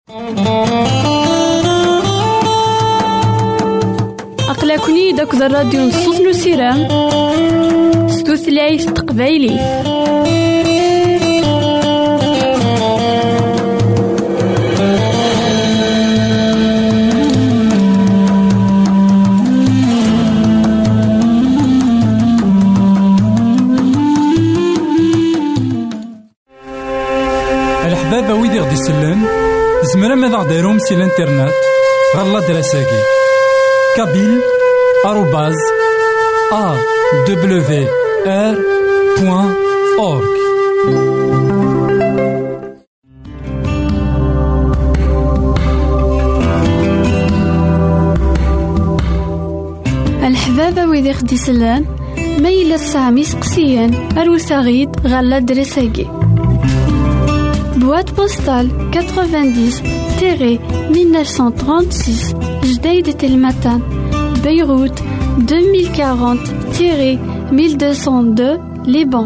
أقلكني داك الراديو نصوص نسيران ستوثلايف تقبايلي. الحبابة ويدي غدي يسلم زمرا ماذا غديرهم سي الانترنت غالا دراساكي kabyle@awr.org. الحبابة ويدي غدي يسلم ما إلا سامي سقسيان أروساغيد غالا دراساكي boîte postale 90-1936 Jdeïd Telmatan Beyrouth 2040-1202 Liban.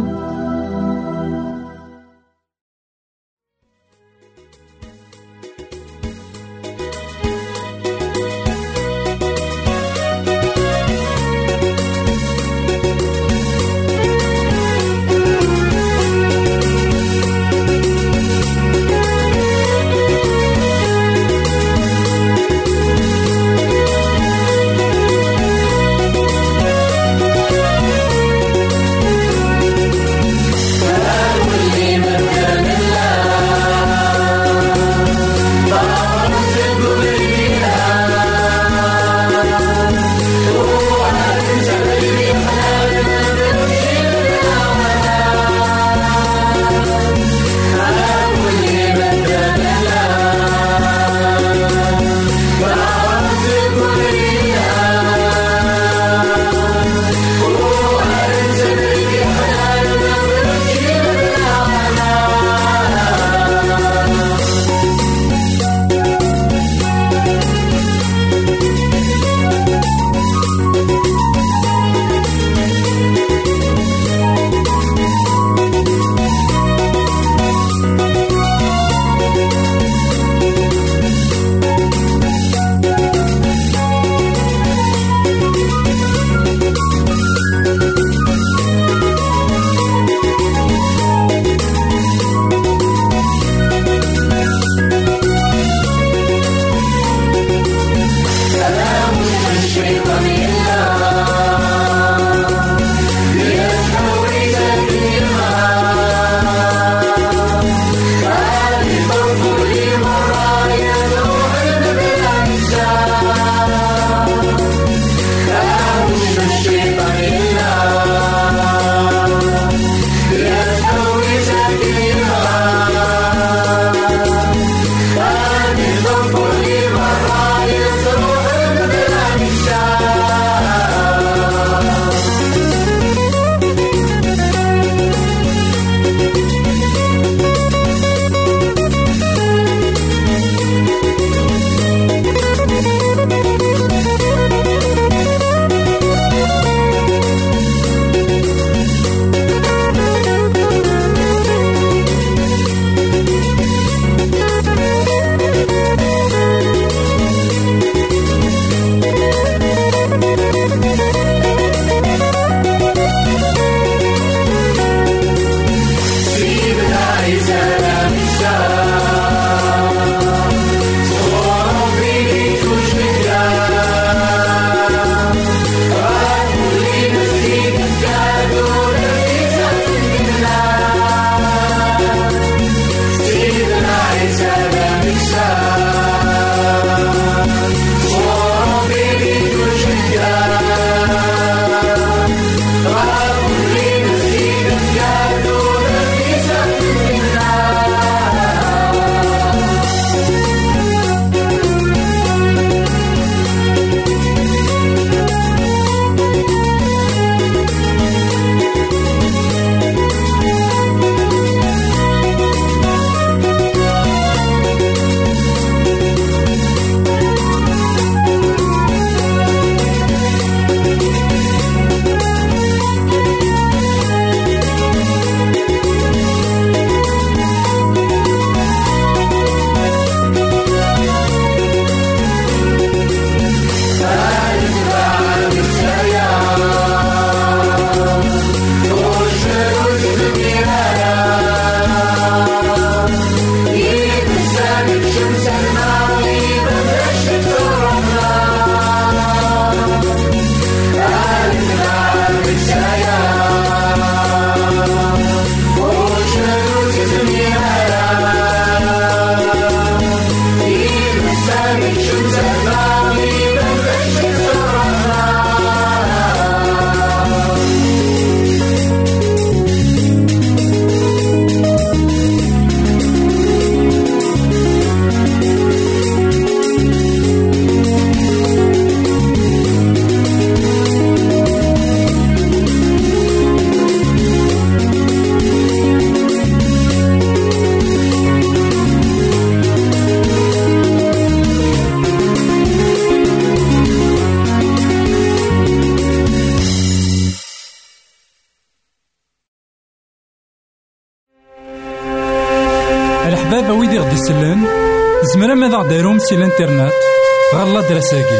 يسلن زمرا ماذا دايروم سي الانترنت غالا دراساكي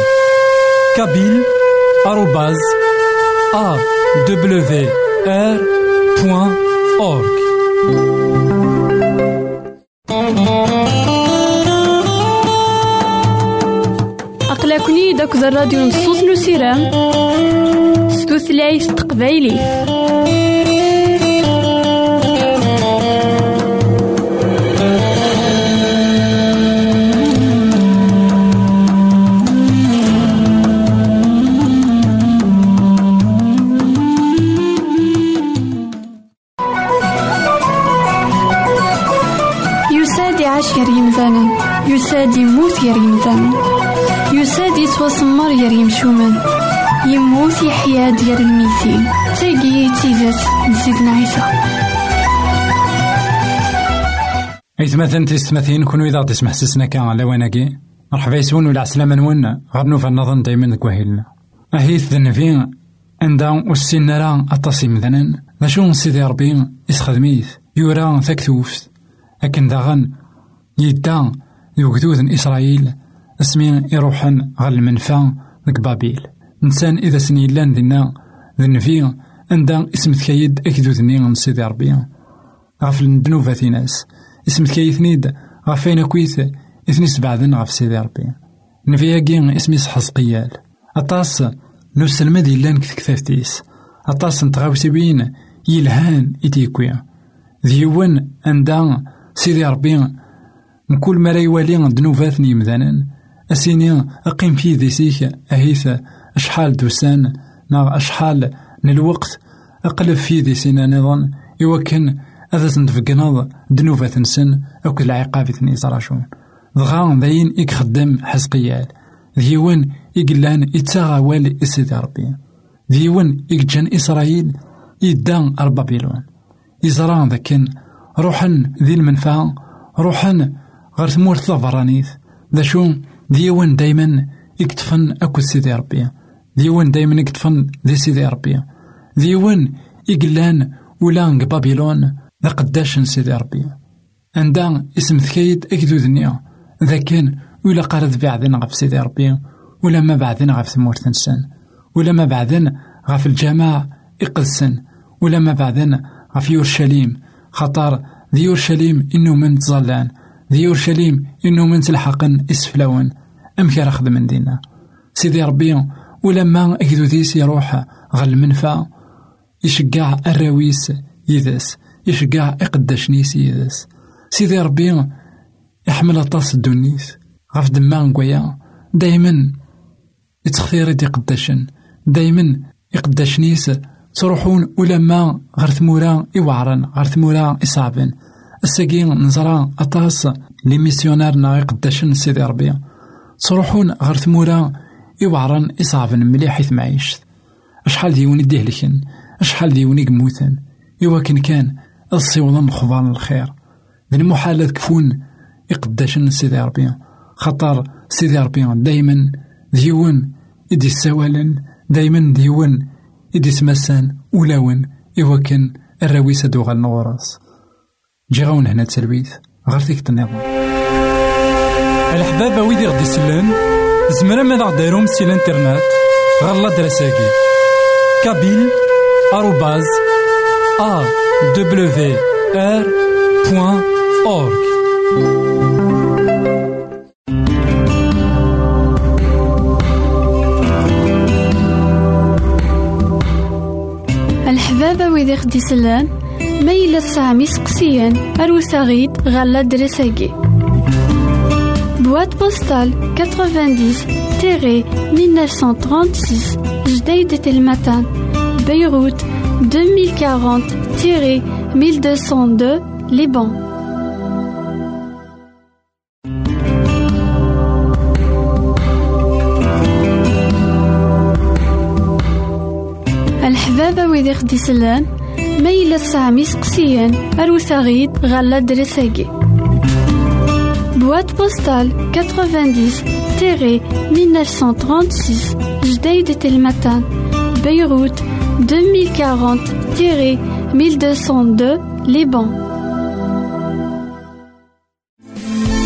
kabyle@awr.org. أقلكني داك الراديو نصوص نسيرام ستوثلايف تقبايلي. يعيش يمثالا يساد يموت يمثالا يساد يتوسمر يمشومان يموت يحيا ديال الميتين تاقي تيزات نسيدنا عيسى. مثلا تستمثين كونوا إذا تسمح سسنا كان على ويناكي مرحبا يسون ولا عسلامة نون غرنو فالنظن دايما كواهلنا أهيث ذنفين عندها والسنرا أطاسي مثلا ماشو سيدي ربي يسخدميث يورا ثكتوفت لكن داغن يدا يوجدود إسرائيل اسمين يروحن غير المنفى ذك بابيل إنسان إذا سنيلان دينا ذنفين عندها اسم تكيد أكدودني من سيدي ربي غفل الدنوفة ناس اسم تكيثنيد غفين كويث إثني سبعدن غف سيدي ربي نفيا كين اسمي حزقيال أطاس نسلم ديلان كثافتيس أطاس نتغاوسي بين يلهان إتيكويا ذيون عندها سيدي ربي مكل ما لا يوالي دنوفاتني يمذانا أسيني أقيم فيه ديسيك أهيث أشحال دوسان نا أشحال الوقت أقلب فيه ديسينا نظن يوكن هذا تنتفقنا دنوفات نسن أو كل العقاب ثني زراشون ضغان ذاين يخدم حزقيال ذيون يقلان يتساغى والي سيدي ربي ذيون يجن إسرائيل يدان أربابيلون يزران ذاكن روحن ذي المنفعة روحن غير ثمور ثفرانيث ذا شو ديوان دايما يكتفن أكو سيدي ربي ديوان دايما يكتفن ذي سيدي ربي ديوان يقلان ولانق بابيلون ذا قداش سيدي ربي عندها اسم ثكيد أكدو ذنيا ذا كان ولا قارد بعدين غف سيدي ربي ولا ما بعدين غف ثمور ثنسن ولا ما بعدين غف الجماعة يقدسن ولا ما بعدين غف يورشليم خطر ذي يورشليم إنه من تظلان ذي يورشليم إنه من تلحقن إسفلون أمكار أخذ من دينا سيدي ربي ولما أكدو ديس يروح غل المنفى يشقع الراويس يذس يشقع إقداش نيس يذس سيدي ربي يحمل أطاس الدنيس غف دمان قويا دايما يتخثير دي قداشن دايما يقداش نيس تروحون ولما غير ثمورا يوعرن غير ثمورا يصعبن الساقين نزرا أطاس لي ميسيونار نا يقداشن سيدي ربي تروحون غير ثمورا يوعرن يصعبن مليح حيث معيشت أشحال ديوني ديهلكن أشحال ديوني قموثن يوكن كان الصيوضن خضان الخير ذي المحالات كفون يقداشن سيدي ربي خطر سيدي ربي دايما ديون يدي السوالن دايما ديون يدي سمسان ولاون يوكن الراويسة دوغال نغراس جيغاون هنا تسلويث غير ثيك النظام الحبابة ويدي غدي سلان زمرا ماذا غديرهم سي الانترنت غالا دراساكي kabyle@awr.org. الحبابة ويدي غدي سلان ميلا سامي سقسيان أروساغيد غالا دراساكي boîte postale 90-1936 جديدة المتان Beyrouth 2040-1202 Liban. الحبابة ويدي غدي سلان ميلا سامي سقسيان أروساغيد غالا دراساكي boîte postale 90-1936 جديدة المتان Beyrouth 2040-1202 Liban.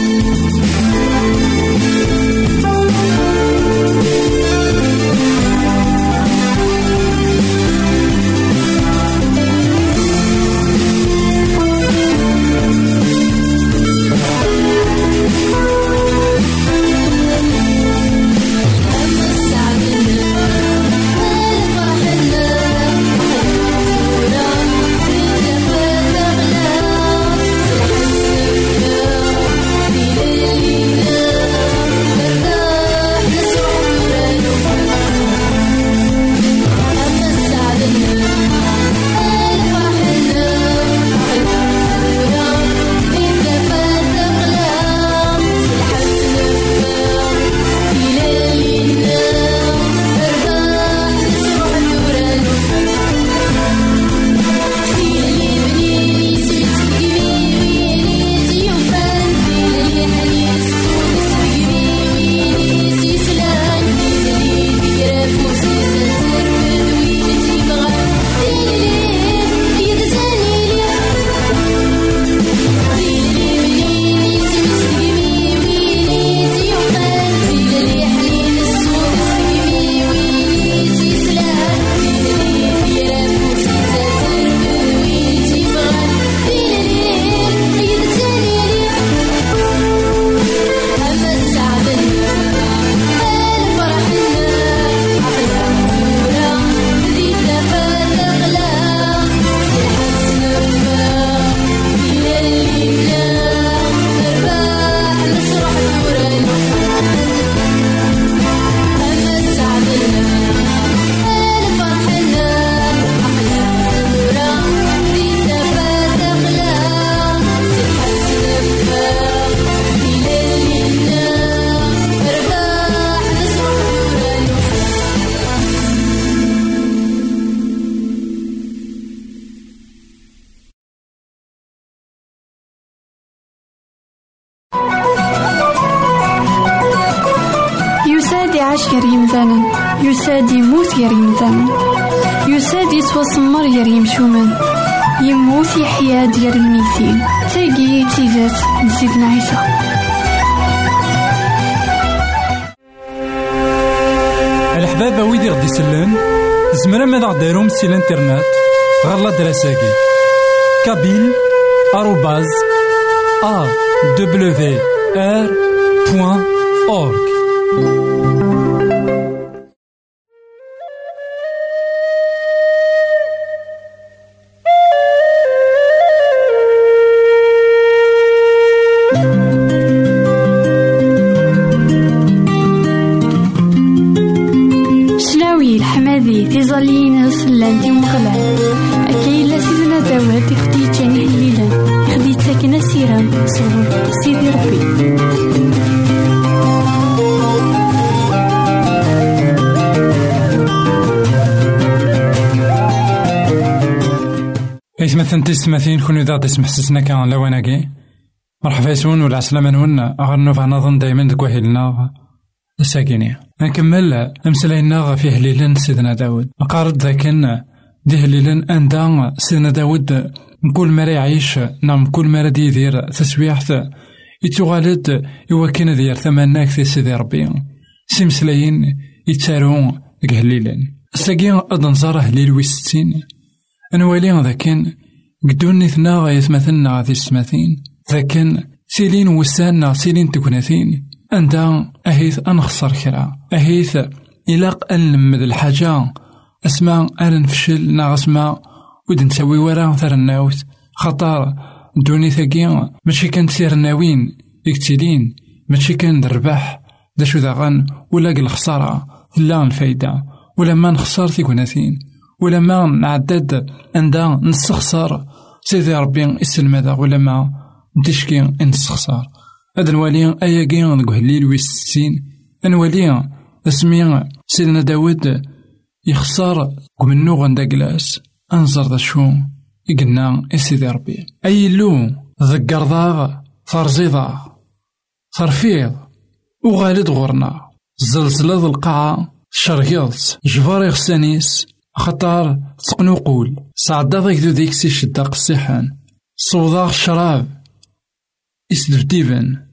يعيش غير يمثالا يساد يموت غير يمثالا يساد يتوسمر غير يمشومن يموت يحيا ديال الميتين تاقي تيزات نسيتنا عيسى. الحبابة ويدي غدي يسلن زمرا ماذا غديرهم سي الانترنت غالا دراساكي كابيل @awr.org. تيزالين سلانتي مغلان أكيلا سيدنا داوود يخدي تاني هليلا يخدي تاكنا سيران صور سيدي ربي. مثلا تستمثين كونو ذا تسمح سسنا كان لواناكي مرحبا يسون ولا عسلامة نون أغنو فنظن دايما دكوهيلنا الساكينية. نكمل أمسلينا في هليلن سيدنا داود أقارد ذاكن دي هليلن أندا سيدنا داود كل مرة يعيش نعم كل مرة يدير تسويحت يتغالد يوكين دير ثماناك في سيدي ربي سيمسلين يتسارون ديك هليلن الساكين أدن زاره هليل ويستين أنوالي ذاكن قدوني ثنا يثمثلنا غادي السماثين ذاكن سيلين وسانا سيلين تكوناثين أندا أهيث أنخسر كرا أهيث إلاق أنلمد الحاجة أسماء أنفشل ناغسما ود نسوي ورا ثر الناوت خطر دوني ثقيا ماشي كان تسير ناوين يكتلين ماشي كان دربح دا شو ذاغن ولا الخسارة لا الفايدة ولا ما نخسر ثيكوناثين ولا ما نعدد أندا نستخسر سيدي ربي السلم هذا ولا ما نتشكي نستخسر هذا الوالي أياكي نقول ليل ويستين أنوالي اسمي سيدنا داود يخسر ومنو غندا جلاس أنظر ذا شو يقلنا سيدي ربي أي لو ذكر ضاغ فرزي ضاغ صرفيض وغالد غورنا زلزلة القاعة شرقيض جبار يخسانيس خطار تقنو قول سعدا ذاك ذو ذيك سي شدا قصيحان صوضاغ الشراب يسدبديبن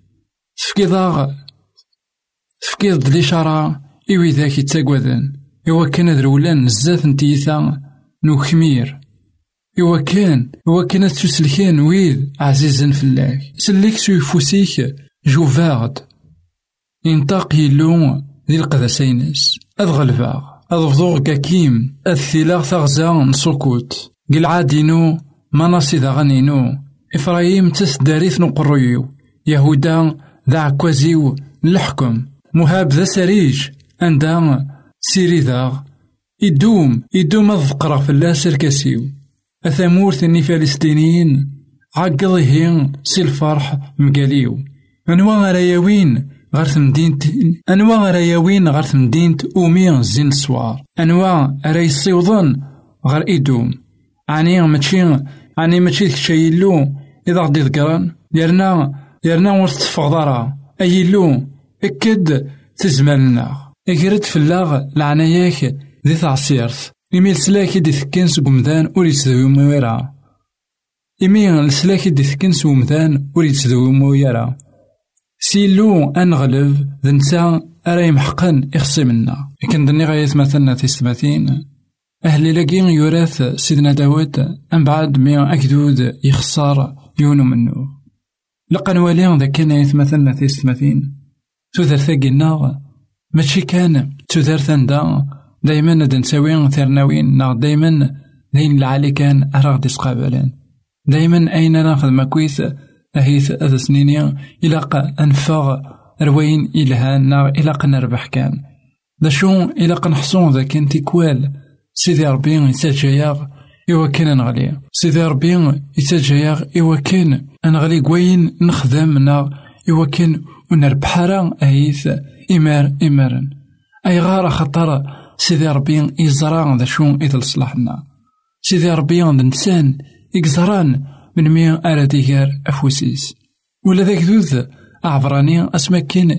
تفكيض دلي شرا إوي ذاك يتاقوذن إوا كان درولان نزاف نتيثا نو خمير إوا كان تسلكان ويد عزيزا فلاك سليك سو يفوسيك جوفاغد ينطاق يلو ذي القذسينس أذغلفاغ أذفضوغ كاكيم أذثلاغ ثغزا نسوكوت قلعادينو مناصي ذا غنينو إفرايم تسداريث نقريو يهودا ذا عكوازيو نلحكم مهاب ذا سريج عندها سيري ذا يدوم أذقرا في الله سركاسيو أثامورث إني فلسطينيين عقضيهين سي الفرح مقاليو أنواع رياوين غارث مدينة أومي زين السوار أنواع ريسيوضن غار إيدوم عني ماشي كشايلو إذا غدي ذكران يرنا ورث تفغضرا أيلو أكد تزمالنا إكرد في اللاغ لعناياك ذي تعصيرت إميل سلاكي دي ثكين سقمدان وريت ذوي مويرا إميل سلاكي دي ثكين سقمدان وريت ذوي مويرا سيلو أنغلب ذنسا أراي محقن إخصي منا لكن دني غاية مثلنا تستماثين أهلي لاقين يوراث سيدنا داود أم بعد ميا أكدود يخسر يونو منو لقن واليان ذا كان يتمثلنا تستماثين تودر ثاقي النار ماشي كان تودر ثندا دايما ندنساوين ثرناوين ناغ دايما ذين العالي كان أراغ ديسقابلان دايما أين ناخذ مكويث أهيث أذا سنينيا إلاق أنفاغ روين إلهان ناغ إلاق نربح كان دا شو إلاق نحصون ذا كان تيكوال سيدي ربي يتجاياغ إوا كان نغلي سيدي ربي يتجاياغ إوا كان نغلي قوين نخدم ناغ إوا كان ونربحارا أهيث إمارا أي غار خطر سيدي ربي يزران ذا شو إذا لصلاحنا سيدي ربي نسان يقزران من مية أراديغار أفوسيس ولا ذاك ذوذ أعبراني أسماكين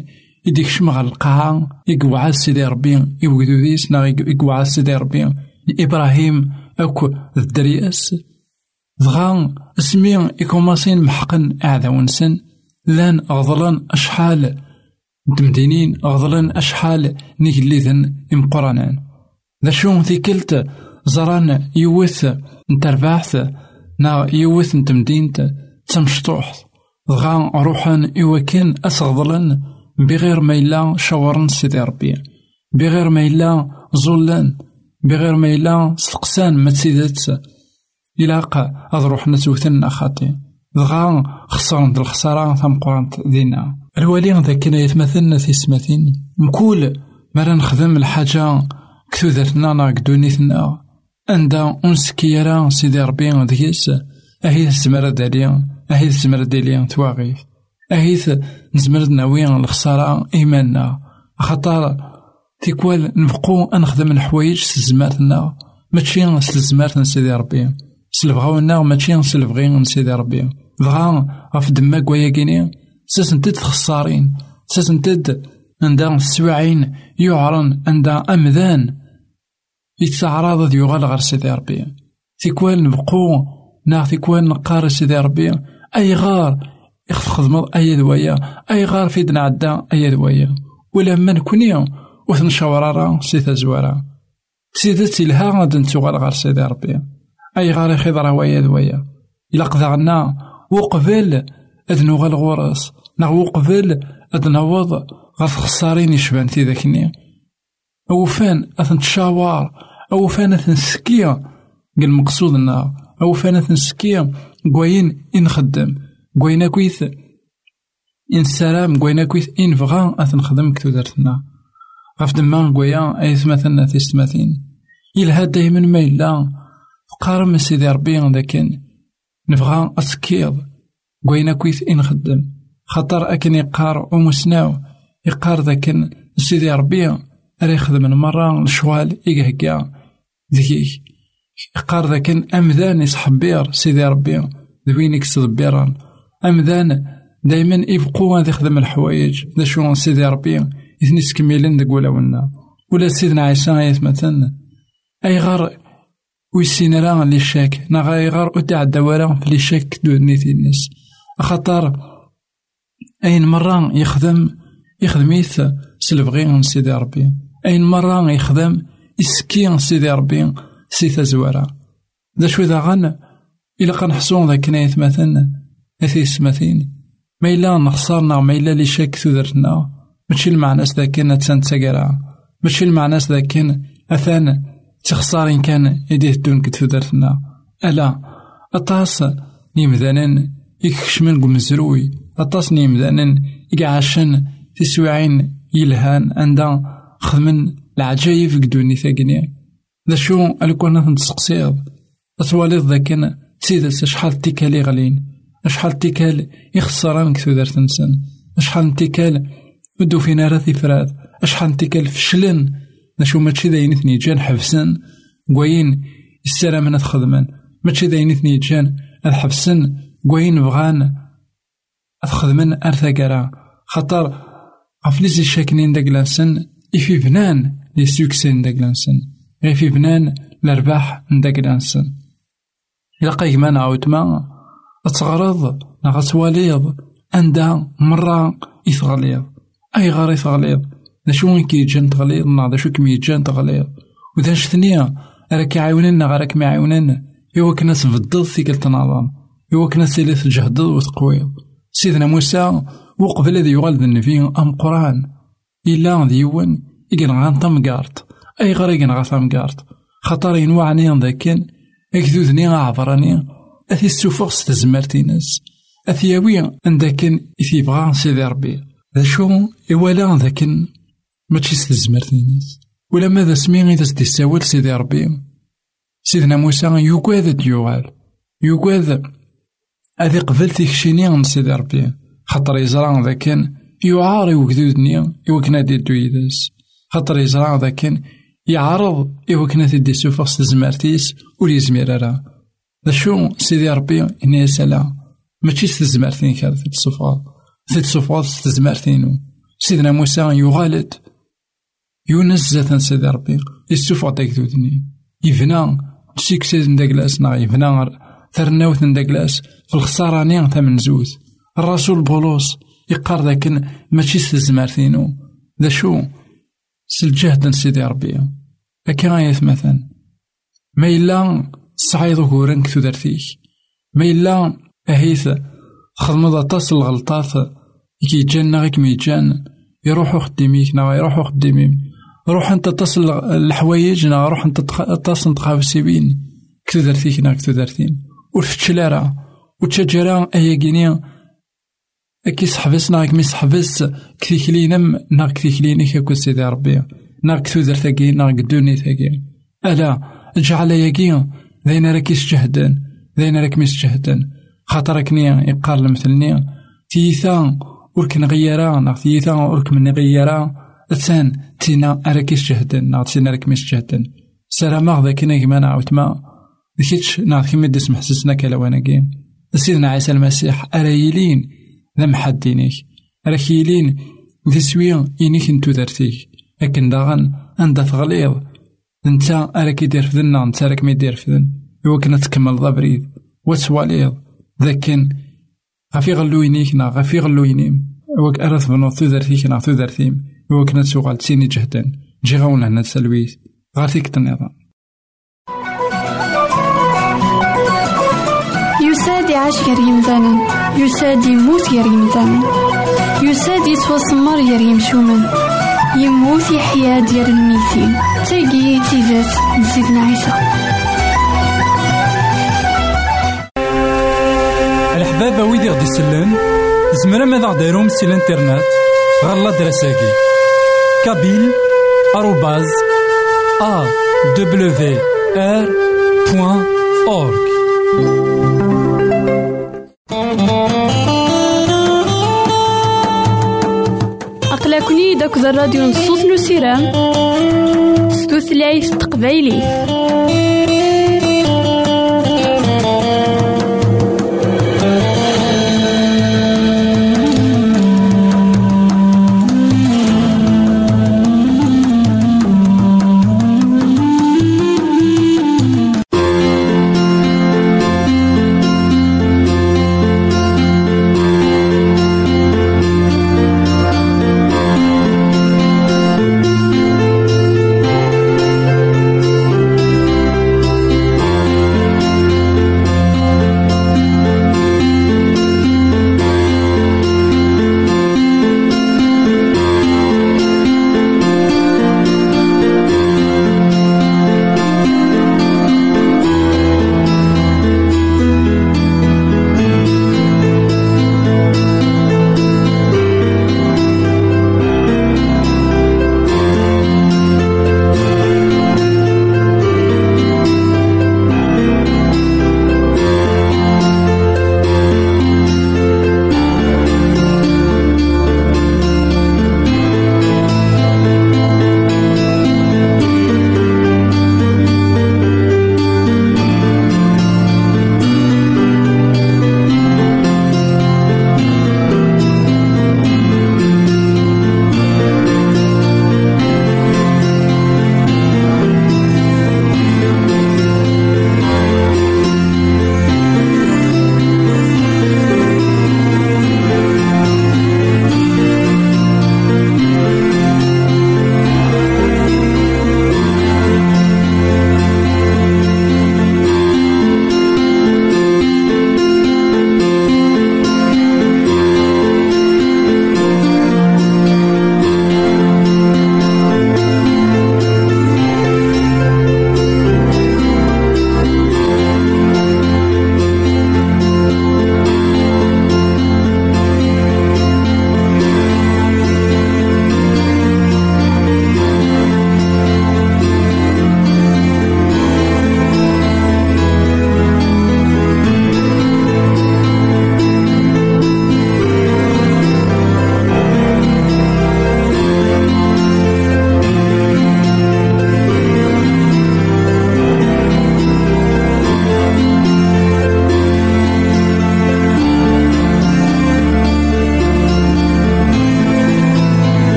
يديك شمغ القاعة يقوى سيدي ربي يوجدو ديس نا يقوى سيدي ربي إبراهيم أكو الدرياس ضغان اسمي يكوماسين محقن أعداونسن لان أغضلان أشحال دمدينين أغضلان أشحال نيجليذن إمقرانان ذا شون ثيكلت زران يوث نترباحث نا يوث نتمدينت تمشطوح ضغان روحان إوكين أسغضلن بغير ما إلا شاورن سيدي ربي بغير ما إلا زولان بغير ما إلا سقسان ما تسيدات إلاقا أضروح نتوثن أخاتي ضغان خسرن د الخسارة ثم قرانت دينا الوالي ذاك يتمثلنا في سماثين مكول مرا نخدم الحاجة كثوذتنا ناقدونيثنا عندها أنسكيرا سيدي ربي ذكيس أهيث الزمرة داليا أهيث الزمرة داليا تواغيث أهيث نزمرد ناويا الخسارة إيماننا خطر تيكوال نبقو أنخدم الحوايج سلزماتنا ماشي سلزماتنا سيدي ربي سلفغاونا ماشي سلفغين سيدي ربي بغا غف دما كواياكيني ساسنتد خسارين ساسنتد عندها السواعين يعرن عندها أمذان يتعرض يغال غير سيدي ربي تيكوال نبقو تيكوال نقار سيدي ربي أي غار يخدم أي دوايا أي غار في دنا عدا أي دوايا ولما نكوني وثن شورارا سيتا زوارا سيدا تلها غاد نتوغال غير سيدي ربي أي غار يخضر ويا دوايا إلا قذعنا وقبل أذنو غال غورس وقبل أذنوض غاف خسارين يشبان في ذاكني أو فان أثن تشاور أو فان أثن سكيا قل مقصودنا أو فان أثن سكيا قوين إنخدم قوينا كويث إن سلام قوينا كويث إن فغا أثن خدم كتو درتنا غاف دمان قويا أيث مثلنا تيستماثين إلها دايما ما إلا قارم سيدي ربي لكن نفغا أسكيض قوينا كويث إن خدم خطر أكن يقار ومسناو يقار ذاكن سيدي ربي أري يخدم المرة الشوال إيقهقا ذكيك يقار ذاكن أمذان يصحبير سيدي ربي ذوين يكسد بيران أمذان دايما يبقوا هذا يخدم الحوايج ذا شو سيدي ربي إثني سكميلين دقولا ونا ولا سيدنا عيسى يثمثن أي غار ويسينا لا اللي شاك نغاي غار أدع الدوارة في اللي شاك دونيتي الناس خطر أين مرة يخدميث سلفغين سيدي ربي أين مرة يخدم إسكين سيدي ربي سيثا زوارا ذا شو ذا غن إلا قنحصون ذا كنايت مثلا أثيس مثين ما إلا نخسرنا ما إلا لي شاك ثودرتنا ماشي المعناس ذا كان تسانتساقرا ماشي المعناس ذا كان أثان تخسارين كان يديه دون كتفدرتنا ألا أطاس نيمذانن يكشمن قمزروي أطاس نيمذانن يقعشن تسوعين يلهان عندها خدمن العجايب قدوني ثاقني ذا شو ألكونا نتسقسيض أطواليض ذا كان تسيدس أشحال تيكالي غلين أشحال تيكال يخسران كتفدرت نسن أشحال تيكال ودو فينا راثي فراد أشحال تيكال فشلن نشو ماشي ذا ينثني جان حفسن قوين السلام نتخدمن ماشي ذا ينثني جان الحفسن قوين بغان أتخدمن أرثاقرا خطر غفليزي الشاكنين داقلانسن إفي بنان لي سوكسين داقلانسن غيفي بنان الأرباح داقلانسن إلا قايمان عاوتما أتغرض نغتواليض عندها مرة يثغليض أي غار يثغليض دا شو كي يجان تغليض دا شو كمي يجان تغليض وذا شثنيا راك يعاوننا غيرك ما يعاوننا إوا كنا تفضل ثيك التنظام إوا كنا سيلي تجهض وتقويض سيدنا موسى وقبل ذي يغلد النبي أم قرآن إلا ذيون إيقن غانطم قارت أي غير إيقن غانطم قارت خطر ينوعني ذاكن أكذوذني عبراني أثي السوفغ ستزمرتينس أثياوي عندكن إثيبغا سيدي ربي ذا شو إوالا ذاكن ماشي ستزمرتينس ولا ماذا سمين إذا ستساول سيدي ربي سيدنا موسى يقاذ ديوغال يقاذ أذي قبل تيكشيني عن سيدي ربي خطر يزرع ذاكن يعاري وكذوذني إوكنا دي دويدس خطر يزرع ذاكن يعرض إوكنا تدي سوفغ ستزمرتيس وليزمير راه ذا شو سيدي ربي إني سلام ماشي ستزمرتين كارثة السفغاط ستزمرتينو سيدنا موسى يغالد ينزة سيدي ربي يسوفغ داك ذودني يفنى سيكسيز نداكلاس نا يفنى ثرناوث نداكلاس في الخسارة نيان ثمن زوز. الرسول بولس يقار ذاكن ماشي سلزمارتينو ذا شو سالجهد سيدي ربي لكن غايث مثلا ما إلا صعيد غورن كثو درتيك ما إلا أهيث خدمة تصل الغلطات كي يجانا غيك ميجان يروحو خديميك نا يروحو خديميم روح انت تصل الحوايج نا روح انت تصل تقابسي بين كثو درتيك نا كثو درتين ورفتشلارا وتشجرا أياكينيا كي صحبسنا غيك مي صحبس كثيكلينم نا كثيكلينيك أكو سيدي ربي نا كثو درتاكي نا قدوني تاكي ألا اجعل ياكي ذين راكيش جهدن ذين راك ميس جهدن خاطرك نيا يقال مثلني تيثا ورك نغيرا نا تيثا ورك من نغيرا ثان تينا راكيش جهدن نا تينا راك ميس جهدن سلام ذاك كنا نعاود ذكيتش نا كيما ديس محسسنا كلاواناكي سيدنا عيسى المسيح أرايلين ذا محدينيك راكيلين ذي سويا إنيك انتو درتيك لكن داغن عند تغليظ نتا راكي دير فذنا نتا راك ميدير فذن يوكنا تكمل ضبريد وتواليض ذاكن غافي غلوينيك نا غافي غلوينيم وك أرث بنو ثودرتيك نا ثودرتيم يوكنا تسوغال تسيني جهدا جي غاونا هنا تسلويس غارتيك تنظام يساد عاش يريم ذنن يساد يموت يريم ذنن يساد يتوسمر يريم شومن يموت يحيا ديال الميتين تاقي تيزات لسيدنا عيسى. الحبابة ويدي غدي يسلن زمرا ماذا غديرهم سي الانترنت غالا دراساكي كابيل @awr.org. أقلكني داك الراديو نصوص نسيران ستوثلايف تقبايلي.